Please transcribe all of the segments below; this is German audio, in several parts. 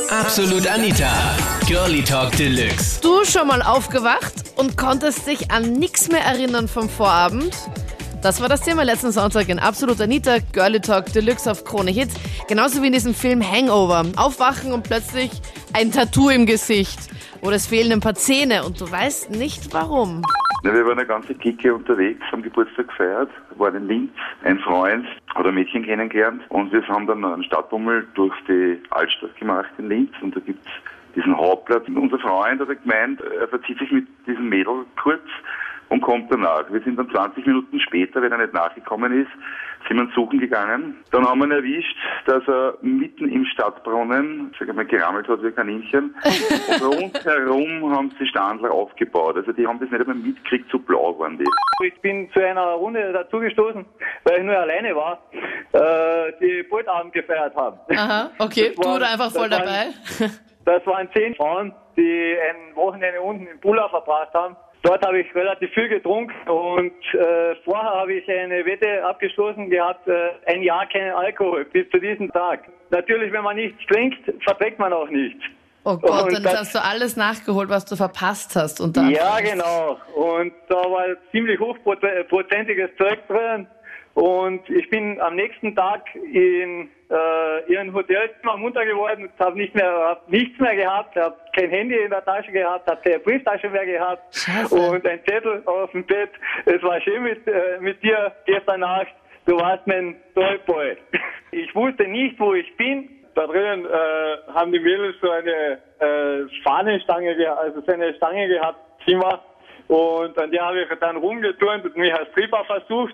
Absolut Anita, Girlie Talk Deluxe. Du schon mal aufgewacht und konntest dich an nichts mehr erinnern vom Vorabend? Das war das Thema letzten Sonntag in Absolut Anita, Girlie Talk Deluxe auf Krone Hits. Genauso wie in diesem Film Hangover. Aufwachen und plötzlich ein Tattoo im Gesicht. Oder es fehlen ein paar Zähne und du weißt nicht warum. Ja, wir waren eine ganze Clique unterwegs, haben Geburtstag gefeiert, waren in Linz, ein Freund hat ein Mädchen kennengelernt und wir haben dann einen Stadtbummel durch die Altstadt gemacht in Linz und da gibt's diesen Hauptplatz. Und unser Freund hat gemeint, er verzieht sich mit diesem Mädel kurz und kommt danach. Wir sind dann 20 Minuten später, wenn er nicht nachgekommen ist, sind wir suchen gegangen. Dann haben wir ihn erwischt, dass er mitten im Stadtbrunnen, sag ich mal, gerammelt hat wie ein Kaninchen. Und rundherum haben sie Standler aufgebaut. Also die haben das nicht einmal mitgekriegt, so blau waren die. Ich bin zu einer Runde dazugestoßen, weil ich nur alleine war, die Bootabend gefeiert haben. Aha, okay, du oder einfach voll dabei? Das waren 10 Frauen, die ein Wochenende unten im Pula verbracht haben. Dort habe ich relativ viel getrunken und vorher habe ich eine Wette abgeschlossen gehabt, ein Jahr keinen Alkohol, bis zu diesem Tag. Natürlich, wenn man nichts trinkt, verträgt man auch nichts. Oh Gott, und dann hast du alles nachgeholt, was du verpasst hast. Ja, genau. Und da war ziemlich hochprozentiges Zeug drin. Und ich bin am nächsten Tag in ihren Hotelzimmer munter geworden, hab nichts mehr gehabt, habe kein Handy in der Tasche gehabt, habe keine Brieftasche mehr gehabt. Scheiße. Und ein Zettel auf dem Bett. Es war schön mit dir gestern Nacht. Du warst mein Toyboy. Ich wusste nicht, wo ich bin. Da drinnen haben die Mädels so eine Fahnenstange, also so eine Stange gehabt, Zimmer. Und an der habe ich dann rumgeturnt und mich als Stripper versucht.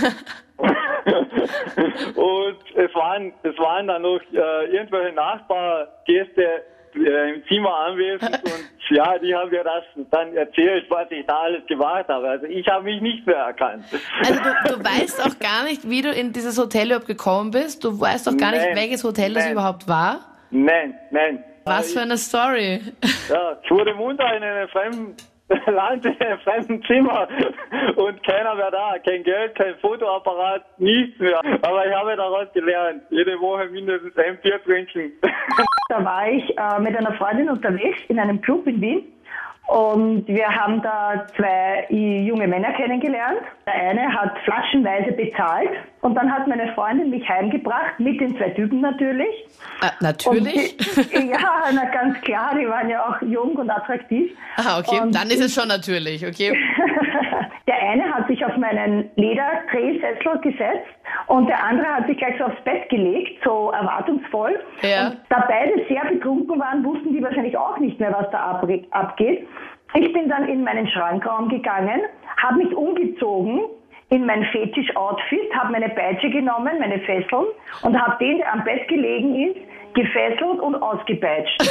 Und es waren dann noch irgendwelche Nachbargäste im Zimmer anwesend und ja, die haben mir das dann erzählt, was ich da alles gemacht habe. Also ich habe mich nicht mehr erkannt. Also du weißt auch gar nicht, wie du in dieses Hotel überhaupt gekommen bist? Du weißt auch gar nicht, welches Hotel das überhaupt war? Nein. Was für eine Story. Ja, ich wurde munter in einem fremden Land, in einem fremden Zimmer und keiner mehr da. Kein Geld, kein Fotoapparat, nichts mehr. Aber ich habe daraus gelernt. Jede Woche mindestens ein Bier trinken. Da war ich mit einer Freundin unterwegs in einem Club in Wien und wir haben da 2 junge Männer kennengelernt. Der eine hat flaschenweise bezahlt und dann hat meine Freundin mich heimgebracht, mit den 2 Typen natürlich. Natürlich? Ja, na ganz klar, die waren ja auch jung und attraktiv. Ah, okay, und dann ist es schon natürlich, okay. Der eine hat sich auf meinen Leder-Drehsessel gesetzt und der andere hat sich gleich so aufs Bett gelegt, so erwartungsvoll. Ja. Und da beide sehr betrunken waren, wussten die wahrscheinlich auch nicht mehr, was da abgeht. Ich bin dann in meinen Schrankraum gegangen, habe mich umgezogen in mein Fetisch-Outfit, habe meine Peitsche genommen, meine Fesseln und habe den, der am Bett gelegen ist, gefesselt und ausgepeitscht.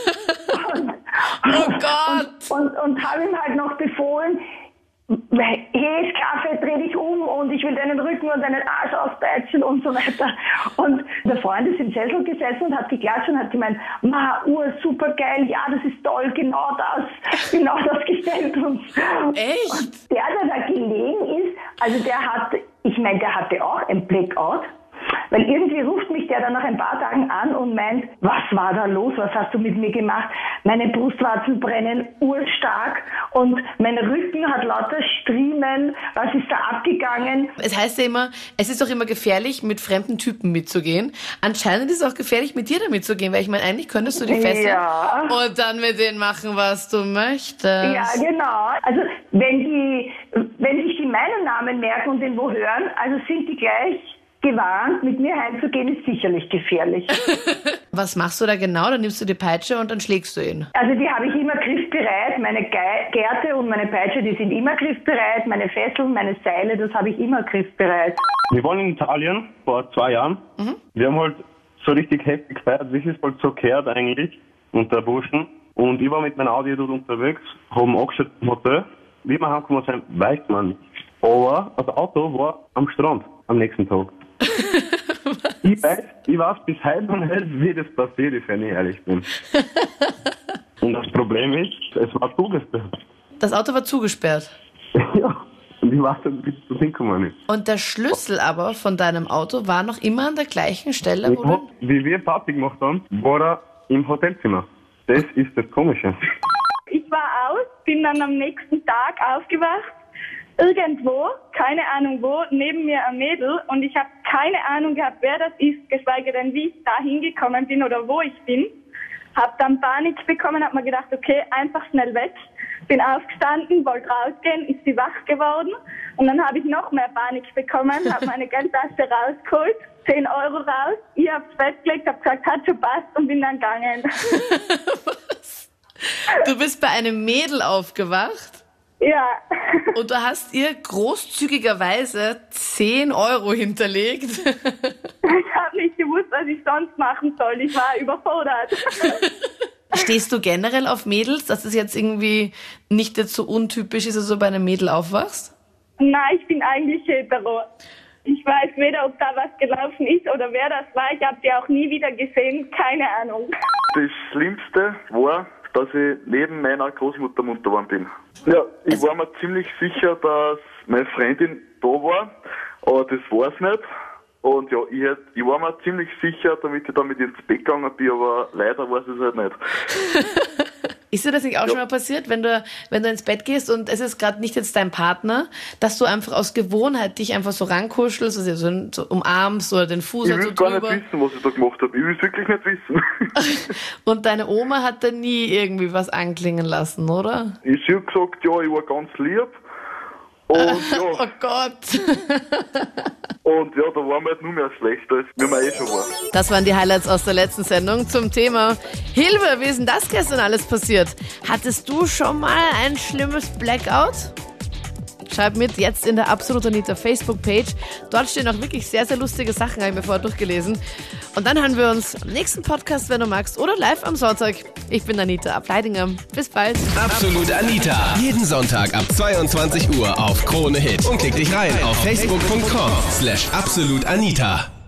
Oh Gott! Und habe ihm halt noch befohlen, hey, Kaffee, dreh dich um und ich will deinen Rücken und deinen Arsch auspeitschen und so weiter. Und der Freund ist im Sessel gesessen und hat geklatscht und hat gemeint, super geil, ja, das ist toll, genau das gefällt uns. Echt? Und der da gelegen ist, also der hatte auch ein Blackout. Weil irgendwie ruft mich der dann nach ein paar Tagen an und meint, was war da los, was hast du mit mir gemacht? Meine Brustwarzen brennen urstark und mein Rücken hat lauter Striemen, was ist da abgegangen? Es heißt ja immer, es ist doch immer gefährlich, mit fremden Typen mitzugehen. Anscheinend ist es auch gefährlich, mit dir da mitzugehen, weil ich meine, eigentlich könntest du die fesseln und dann mit denen machen, was du möchtest. Ja, genau. Also wenn sich die meinen Namen merken und den wo hören, also sind die gleich gewarnt, mit mir heimzugehen, ist sicherlich gefährlich. Was machst du da genau? Dann nimmst du die Peitsche und dann schlägst du ihn. Also die habe ich immer griffbereit. Meine Gerte und meine Peitsche, die sind immer griffbereit. Meine Fesseln, meine Seile, das habe ich immer griffbereit. Wir waren in Italien vor 2 Jahren. Wir haben halt so richtig heftig gefeiert, wie es halt so gehört eigentlich, unter Burschen. Und ich war mit meinem Audi dort unterwegs, haben angeschaut im Hotel. Wie wir heimgekommen sind, weiß man nicht. Aber das Auto war am Strand am nächsten Tag. Ich weiß bis heute noch nicht, wie das passiert ist, wenn ich ehrlich bin. Und das Problem ist, es war zugesperrt. Das Auto war zugesperrt? Ja, und ich weiß nicht, wie es hingekommen ist. Und der Schlüssel aber von deinem Auto war noch immer an der gleichen Stelle, wo Wie wir Party gemacht haben, war er im Hotelzimmer. Das ist das Komische. Ich war aus, bin dann am nächsten Tag aufgewacht. Irgendwo, keine Ahnung wo, neben mir ein Mädel und ich habe keine Ahnung gehabt, wer das ist, geschweige denn, wie ich da hingekommen bin oder wo ich bin. Hab dann Panik bekommen, hab mir gedacht, okay, einfach schnell weg. Bin aufgestanden, wollte rausgehen, ist sie wach geworden und dann habe ich noch mehr Panik bekommen, habe meine Geldtasche rausgeholt, 10 Euro raus, ich aufs Bett gelegt, hab gesagt, hat schon passt und bin dann gegangen. Was? Du bist bei einem Mädel aufgewacht? Ja. Und du hast ihr großzügigerweise 10 Euro hinterlegt. Ich habe nicht gewusst, was ich sonst machen soll. Ich war überfordert. Stehst du generell auf Mädels, dass es jetzt irgendwie nicht jetzt so untypisch ist, dass du bei einem Mädel aufwachst? Nein, ich bin eigentlich hetero. Ich weiß weder, ob da was gelaufen ist oder wer das war. Ich habe die auch nie wieder gesehen. Keine Ahnung. Das Schlimmste war, dass ich neben meiner Großmutter munter geworden bin. Ja, ich war mir ziemlich sicher, dass meine Freundin da war, aber das war's nicht. Und ja, ich war mir ziemlich sicher, damit ich damit ins Bett gegangen bin, aber leider weiß ich es halt nicht. Ist dir das nicht auch schon mal passiert, wenn du ins Bett gehst und es ist gerade nicht jetzt dein Partner, dass du einfach aus Gewohnheit dich einfach so rankuschelst, also so umarmst oder den Fuß ich halt will so drüber? gar nicht wissen, was ich da gemacht habe. Ich will es wirklich nicht wissen. Und deine Oma hat da nie irgendwie was anklingen lassen, oder? Ich habe gesagt, ja, ich war ganz lieb. Und ja, Oh Gott. und ja, da waren wir halt nur mehr schlechter, als wie wir schon waren. Das waren die Highlights aus der letzten Sendung zum Thema Hilfe, wie ist denn das gestern alles passiert? Hattest du schon mal ein schlimmes Blackout? Schreib mit jetzt in der Absolut Anita Facebook-Page. Dort stehen auch wirklich sehr, sehr lustige Sachen, habe ich mir vorher durchgelesen. Und dann hören wir uns am nächsten Podcast, wenn du magst, oder live am Sonntag. Ich bin Anita Ableidinger. Bis bald. Absolut Anita. Jeden Sonntag ab 22 Uhr auf Krone Hit. Und klick dich rein auf facebook.com/absolutanita.